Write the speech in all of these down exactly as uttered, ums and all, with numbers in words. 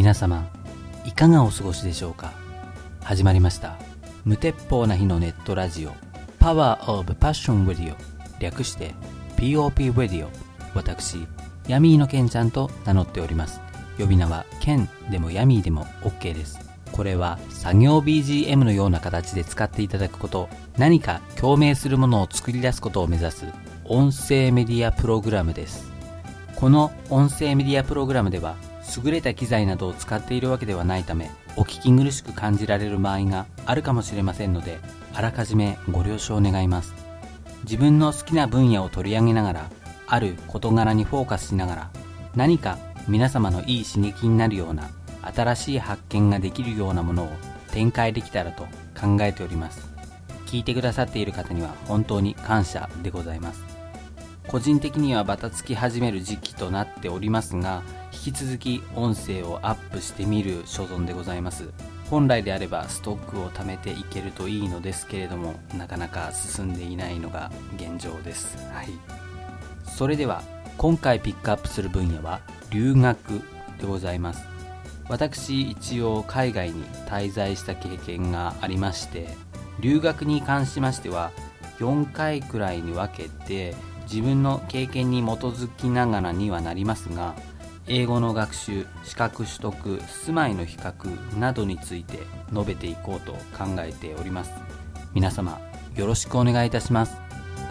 皆様いかがお過ごしでしょうか。始まりました無鉄砲な日のネットラジオ Power of Passion Radio、 略して ピーオーピー Radio。 私ヤミーのケンちゃんと名乗っております。呼び名はケンでもヤミーでも OK です。これは作業 ビージーエム のような形で使っていただくこと、何か共鳴するものを作り出すことを目指す音声メディアプログラムです。この音声メディアプログラムでは優れた機材などを使っているわけではないため、お聞き苦しく感じられる場合があるかもしれませんので、あらかじめご了承願います。自分の好きな分野を取り上げながら、ある事柄にフォーカスしながら、何か皆様のいい刺激になるような新しい発見ができるようなものを展開できたらと考えております。聞いてくださっている方には本当に感謝でございます。個人的にはバタつき始める時期となっておりますが、引き続き音声をアップしてみる所存でございます。本来であればストックを貯めていけるといいのですけれども、なかなか進んでいないのが現状です。はい。それでは今回ピックアップする分野は留学でございます。私一応海外に滞在した経験がありまして、留学に関しましてはよんかいくらいに分けて自分の経験に基づきながらにはなりますが、英語の学習、資格取得、住まいの比較などについて述べていこうと考えております。皆様よろしくお願いいたします。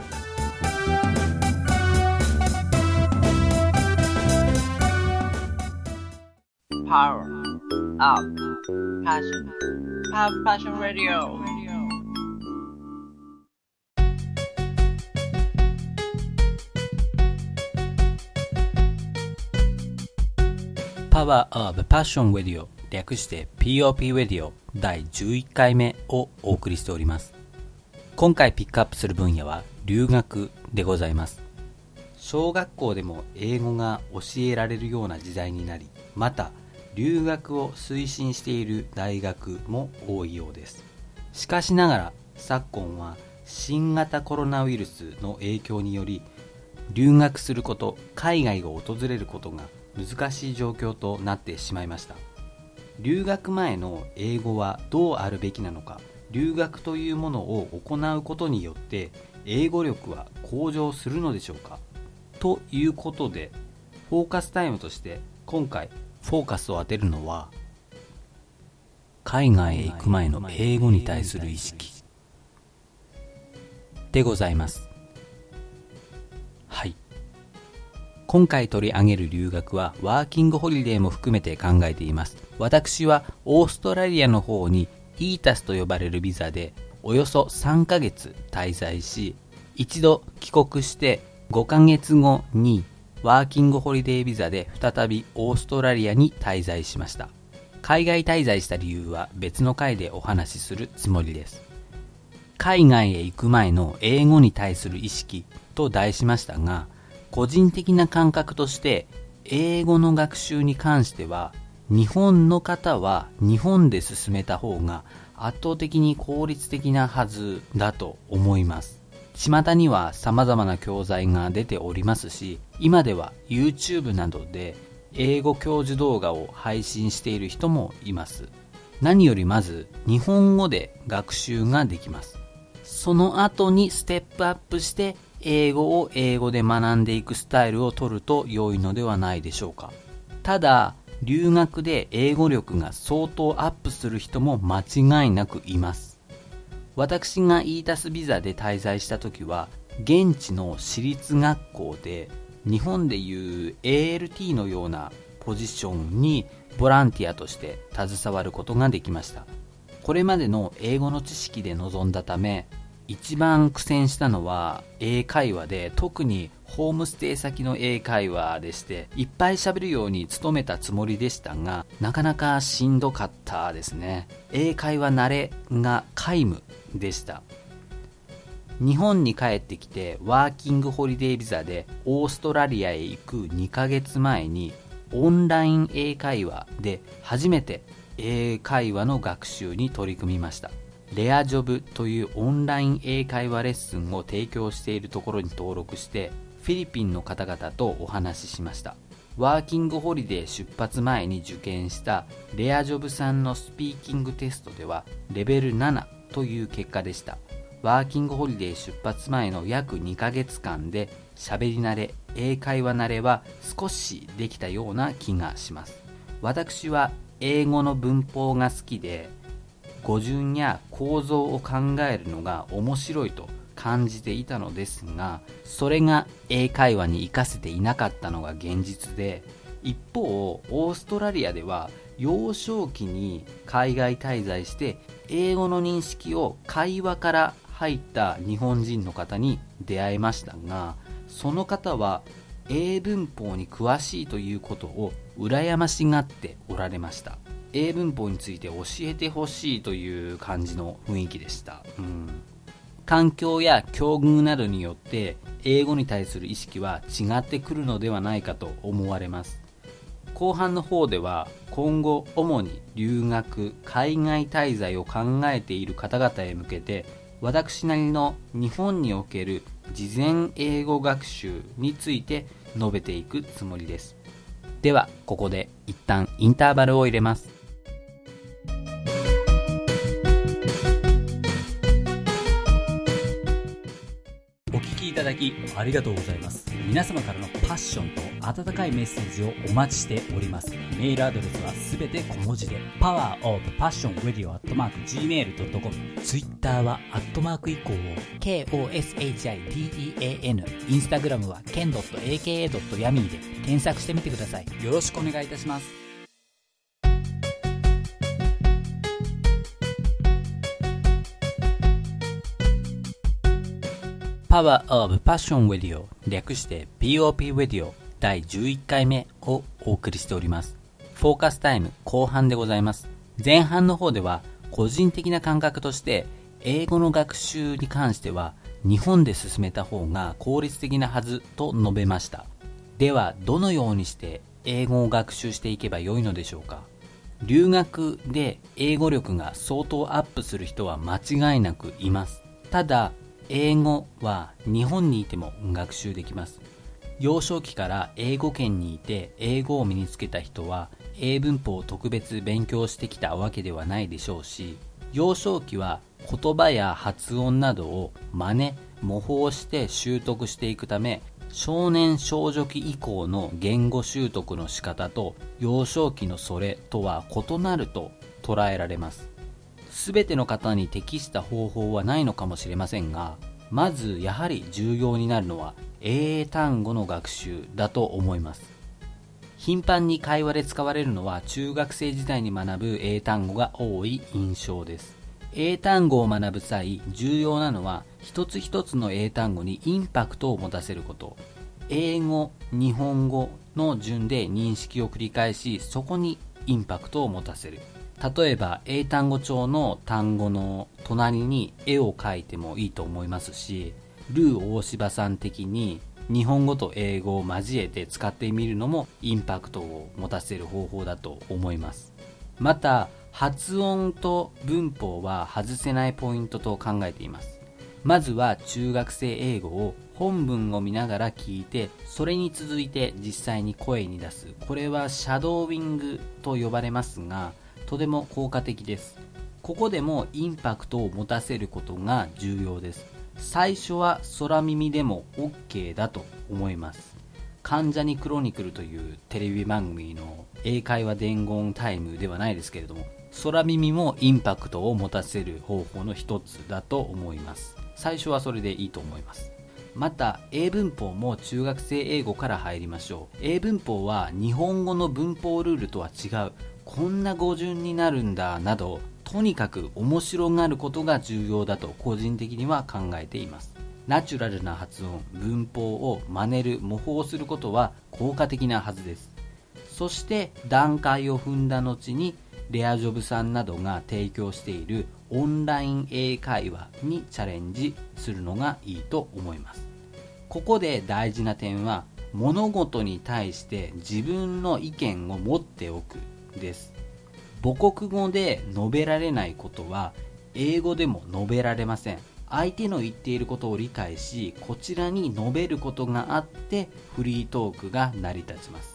Power of Passion Have Passion Radio。 Power of Passion Radio、 略して ピーオーピー Radio だいじゅういっかいめをお送りしております。今回ピックアップする分野は留学でございます。小学校でも英語が教えられるような時代になり、また留学を推進している大学も多いようです。しかしながら昨今は新型コロナウイルスの影響により、留学すること、海外を訪れることが難しい状況となってしまいました。留学前の英語はどうあるべきなのか、留学というものを行うことによって英語力は向上するのでしょうか、ということでフォーカスタイムとして今回フォーカスを当てるのは、海外へ行く前の英語に対する意識でございます。はい。今回取り上げる留学はワーキングホリデーも含めて考えています。私はオーストラリアの方にイータスと呼ばれるビザでおよそさんかげつ滞在し、一度帰国してごかげつごにワーキングホリデービザで再びオーストラリアに滞在しました。海外滞在した理由は別の回でお話しするつもりです。海外へ行く前の英語に対する意識と題しましたが、個人的な感覚として英語の学習に関しては日本の方は日本で進めた方が圧倒的に効率的なはずだと思います。巷には様々な教材が出ておりますし、今では YouTube などで英語教授動画を配信している人もいます。何よりまず日本語で学習ができます。その後にステップアップして英語を英語で学んでいくスタイルを取ると良いのではないでしょうか。ただ留学で英語力が相当アップする人も間違いなくいます。私がイータスビザで滞在した時は現地の私立学校で日本でいう エーエルティー のようなポジションにボランティアとして携わることができました。これまでの英語の知識で臨んだため、一番苦戦したのは英会話で、特にホームステイ先の英会話でして、いっぱい喋るように努めたつもりでしたが、なかなかしんどかったですね。英会話慣れが皆無でした。日本に帰ってきてワーキングホリデービザでオーストラリアへ行くにかげつまえにオンライン英会話で初めて英会話の学習に取り組みました。レアジョブというオンライン英会話レッスンを提供しているところに登録してフィリピンの方々とお話ししました。 ワーキングホリデー出発前に受験したレアジョブさんのスピーキングテストではレベルななという結果でした。ワーキングホリデー出発前の約にかげつかんで喋り慣れ、英会話慣れは少しできたような気がします。私は英語の文法が好きで、語順や構造を考えるのが面白いと感じていたのですが、それが英会話に活かせていなかったのが現実で、一方オーストラリアでは幼少期に海外滞在して英語の認識を会話から入った日本人の方に出会いましたが、その方は英文法に詳しいということを羨ましがっておられました。英文法について教えてほしいという感じの雰囲気でした。うん、環境や境遇などによって英語に対する意識は違ってくるのではないかと思われます。後半の方では今後主に留学、海外滞在を考えている方々へ向けて、私なりの日本における事前英語学習について述べていくつもりです。ではここで一旦インターバルを入れます。 お聞きいただきありがとうございます。皆様からのパッションと温かいメッセージをお待ちしております。メールアドレスはすべて小文字で パワーオブパッションラディオアットマーク ジーメールドットコム、 ツイッターはアットマーク以降をケーオーエスエイチアイディーイーエーエヌ、 インスタグラムは ケンドットエーケーエードットヤミー で検索してみてください。よろしくお願いいたします。パワーオブパッションラディオ、略して ピーオーピー ラディオだいじゅういっかいめをお送りしております。フォーカスタイム後半でございます。前半の方では個人的な感覚として英語の学習に関しては日本で進めた方が効率的なはずと述べました。ではどのようにして英語を学習していけばよいのでしょうか。留学で英語力が相当アップする人は間違いなくいます。ただ英語は日本にいても学習できます。幼少期から英語圏にいて英語を身につけた人は英文法を特別勉強してきたわけではないでしょうし、幼少期は言葉や発音などを真似、模倣して習得していくため、少年少女期以降の言語習得の仕方と幼少期のそれとは異なると捉えられます。すべての方に適した方法はないのかもしれませんが、まずやはり重要になるのは英単語の学習だと思います。頻繁に会話で使われるのは中学生時代に学ぶ英単語が多い印象です。英単語を学ぶ際、重要なのは一つ一つの英単語にインパクトを持たせること。英語、日本語の順で認識を繰り返し、そこにインパクトを持たせる。例えば英単語帳の単語の隣に絵を描いてもいいと思いますし、ルー大柴さん的に日本語と英語を交えて使ってみるのもインパクトを持たせる方法だと思います。また発音と文法は外せないポイントと考えています。まずは中学生英語を本文を見ながら聞いて、それに続いて実際に声に出す。これはシャドーイングと呼ばれますが、とても効果的です。ここでもインパクトを持たせることが重要です。最初は空耳でも OK だと思います。関ジャニクロニクルというテレビ番組の英会話伝言タイムではないですけれども、空耳もインパクトを持たせる方法の一つだと思います。最初はそれでいいと思います。また英文法も中学生英語から入りましょう。英文法は日本語の文法ルールとは違う、こんな語順になるんだなど、とにかく面白がることが重要だと個人的には考えています。ナチュラルな発音、文法を真似る、模倣することは効果的なはずです。そして段階を踏んだ後にレアジョブさんなどが提供しているオンライン英会話にチャレンジするのがいいと思います。ここで大事な点は、物事に対して自分の意見を持っておくです。母国語で述べられないことは英語でも述べられません。相手の言っていることを理解し、こちらに述べることがあってフリートークが成り立ちます。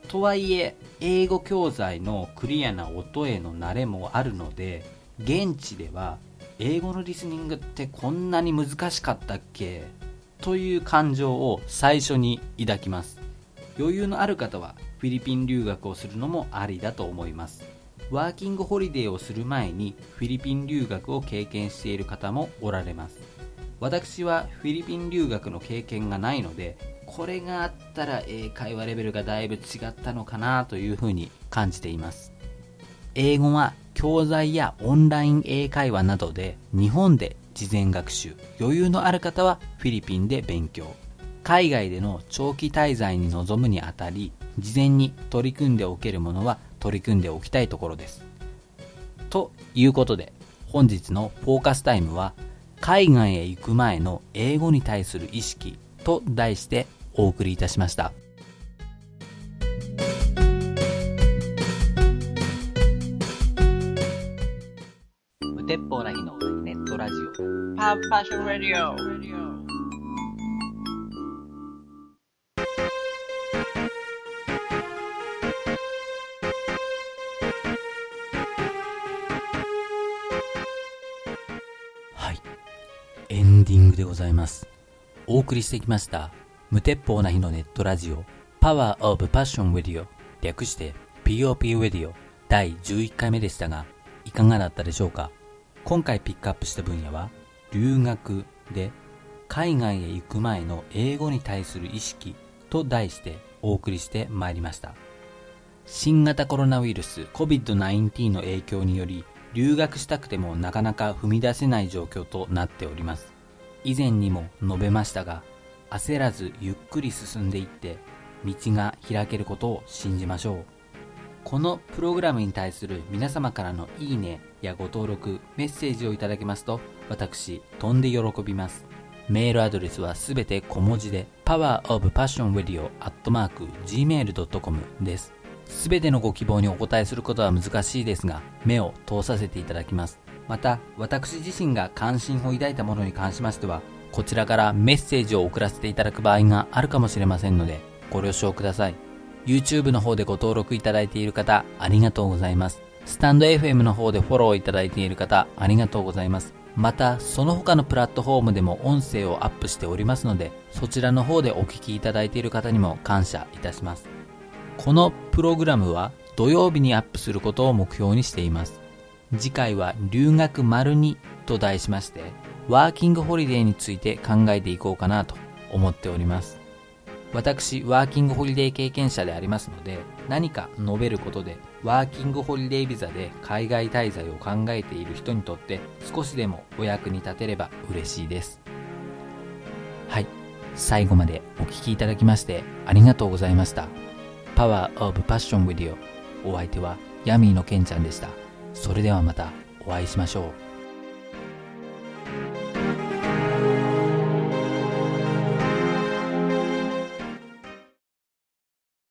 とはいえ英語教材のクリアな音への慣れもあるので、現地では英語のリスニングってこんなに難しかったっけという感情を最初に抱きます。余裕のある方はフィリピン留学をするのもありだと思います。ワーキングホリデーをする前にフィリピン留学を経験している方もおられます。私はフィリピン留学の経験がないので、これがあったら英会話レベルがだいぶ違ったのかなというふうに感じています。英語は教材やオンライン英会話などで日本で事前学習、余裕のある方はフィリピンで勉強、海外での長期滞在に臨むにあたり事前に取り組んでおけるものは取り組んでおきたいところです。ということで本日のフォーカスタイムは海外へ行く前の英語に対する意識と題してお送りいたしました。無鉄砲な日のネットラジオ Pop Passion Radio。 はい、エンディングでございます。お送りしてきました無鉄砲な日のネットラジオ Power of Passion Radio、 略して ピーオーピー Radio だいじゅういっかいめでしたが、いかがだったでしょうか。今回ピックアップした分野は留学で海外へ行く前の英語に対する意識と題してお送りしてまいりました。新型コロナウイルス コビッドナインティーン の影響により留学したくてもなかなか踏み出せない状況となっております。以前にも述べましたが、焦らずゆっくり進んでいって道が開けることを信じましょう。このプログラムに対する皆様からのいいねやご登録、メッセージをいただけますと私飛んで喜びます。メールアドレスはすべて小文字で パワーオブパッションラディオ アットマーク ジーメールドットコム です。すべてのご希望にお答えすることは難しいですが、目を通させていただきます。また私自身が関心を抱いたものに関しましては、こちらからメッセージを送らせていただく場合があるかもしれませんのでご了承ください。 YouTube の方でご登録いただいている方ありがとうございます。スタンド エフエム の方でフォローいただいている方ありがとうございます。またその他のプラットフォームでも音声をアップしておりますので、そちらの方でお聞きいただいている方にも感謝いたします。このプログラムは土曜日にアップすることを目標にしています。次回は留学丸にと題しまして、ワーキングホリデーについて考えていこうかなと思っております。私ワーキングホリデー経験者でありますので、何か述べることでワーキングホリデービザで海外滞在を考えている人にとって少しでもお役に立てれば嬉しいです。はい、最後までお聞きいただきましてありがとうございました。パワーオブパッションラディオ、お相手はヤミーのケンちゃんでした。それではまたお会いしましょう。